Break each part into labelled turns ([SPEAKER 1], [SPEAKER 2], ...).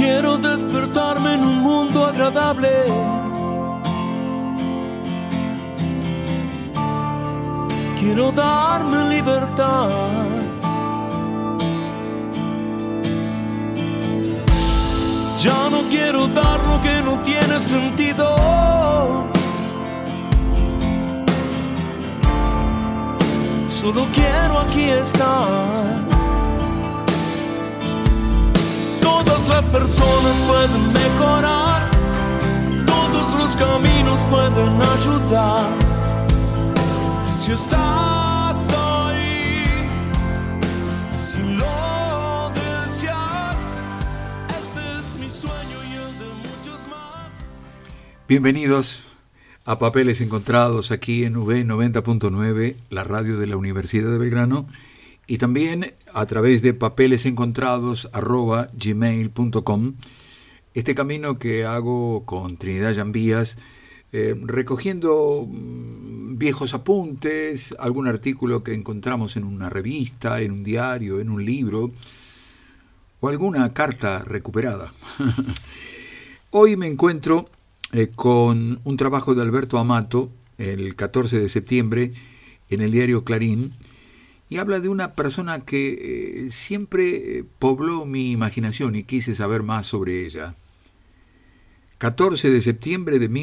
[SPEAKER 1] Quiero despertarme en un mundo agradable. Quiero darme libertad. Ya no quiero dar lo que no tiene sentido. Solo quiero aquí estar. Todas las personas pueden mejorar. Todos los caminos pueden ayudar. Si estás ahí, si lo deseas, este es mi sueño y el de muchos más.
[SPEAKER 2] Bienvenidos a Papeles Encontrados aquí en V90.9, la radio de la Universidad de Belgrano, y también a través de papelesencontrados@gmail.com. Este camino que hago con Trinidad Llambías, recogiendo viejos apuntes, algún artículo que encontramos en una revista, en un diario, en un libro, o alguna carta recuperada. Hoy me encuentro con un trabajo de Alberto Amato, el 14 de septiembre, en el diario Clarín, y habla de una persona que siempre pobló mi imaginación y quise saber más sobre ella. 14 de septiembre de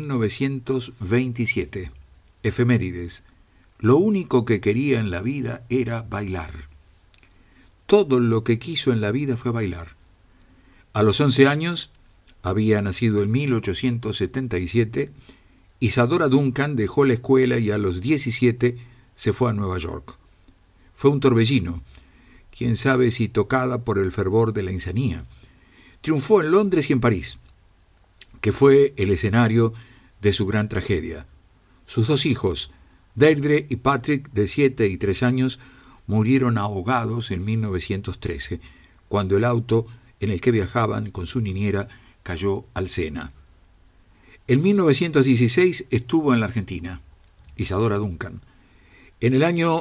[SPEAKER 2] 1927. Efemérides. Lo único que quería en la vida era bailar. Todo lo que quiso en la vida fue bailar. A los 11 años, había nacido en 1877, Isadora Duncan dejó la escuela y a los 17 se fue a Nueva York. Fue un torbellino, quién sabe si tocada por el fervor de la insanía. Triunfó en Londres y en París, que fue el escenario de su gran tragedia. Sus dos hijos, Deirdre y Patrick, de 7 y 3 años, murieron ahogados en 1913, cuando el auto en el que viajaban con su niñera cayó al Sena. En 1916 estuvo en la Argentina, Isadora Duncan. En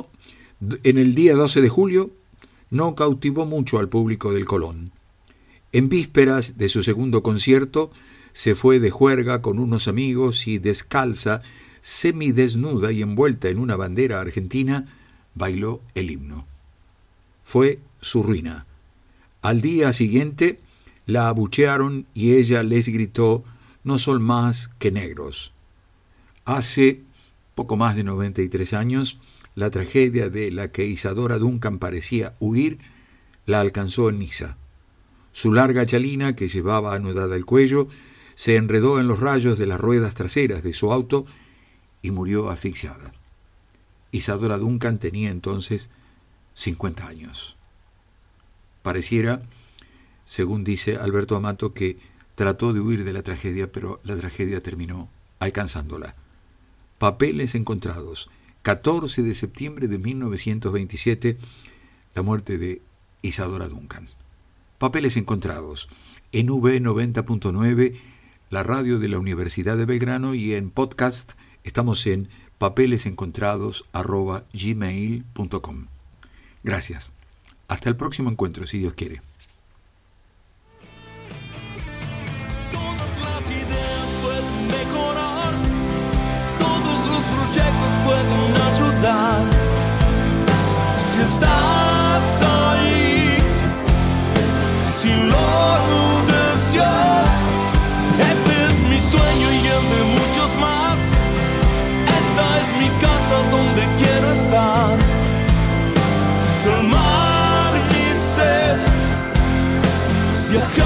[SPEAKER 2] el día 12 de julio, no cautivó mucho al público del Colón. En vísperas de su segundo concierto, se fue de juerga con unos amigos y descalza, semidesnuda y envuelta en una bandera argentina, bailó el himno. Fue su ruina. Al día siguiente la abuchearon y ella les gritó: «No son más que negros». Hace poco más de 93 años, la tragedia de la que Isadora Duncan parecía huir la alcanzó en Niza. Su larga chalina, que llevaba anudada el cuello, se enredó en los rayos de las ruedas traseras de su auto y murió asfixiada. Isadora Duncan tenía entonces 50 años. Pareciera, según dice Alberto Amato, que trató de huir de la tragedia, pero la tragedia terminó alcanzándola. Papeles Encontrados, 14 de septiembre de 1927, la muerte de Isadora Duncan. Papeles Encontrados, en V90.9, la radio de la Universidad de Belgrano, y en podcast estamos en papelesencontrados@gmail.com. Gracias. Hasta el próximo encuentro, si Dios quiere.
[SPEAKER 1] Todas las ideas pueden mejorar. Todos los proyectos pueden ayudar. Si estás ahí, si lo deseas, este es mi sueño y el de muchos más. Esta es mi casa donde quiero estar. Calmar mi sed, viajar.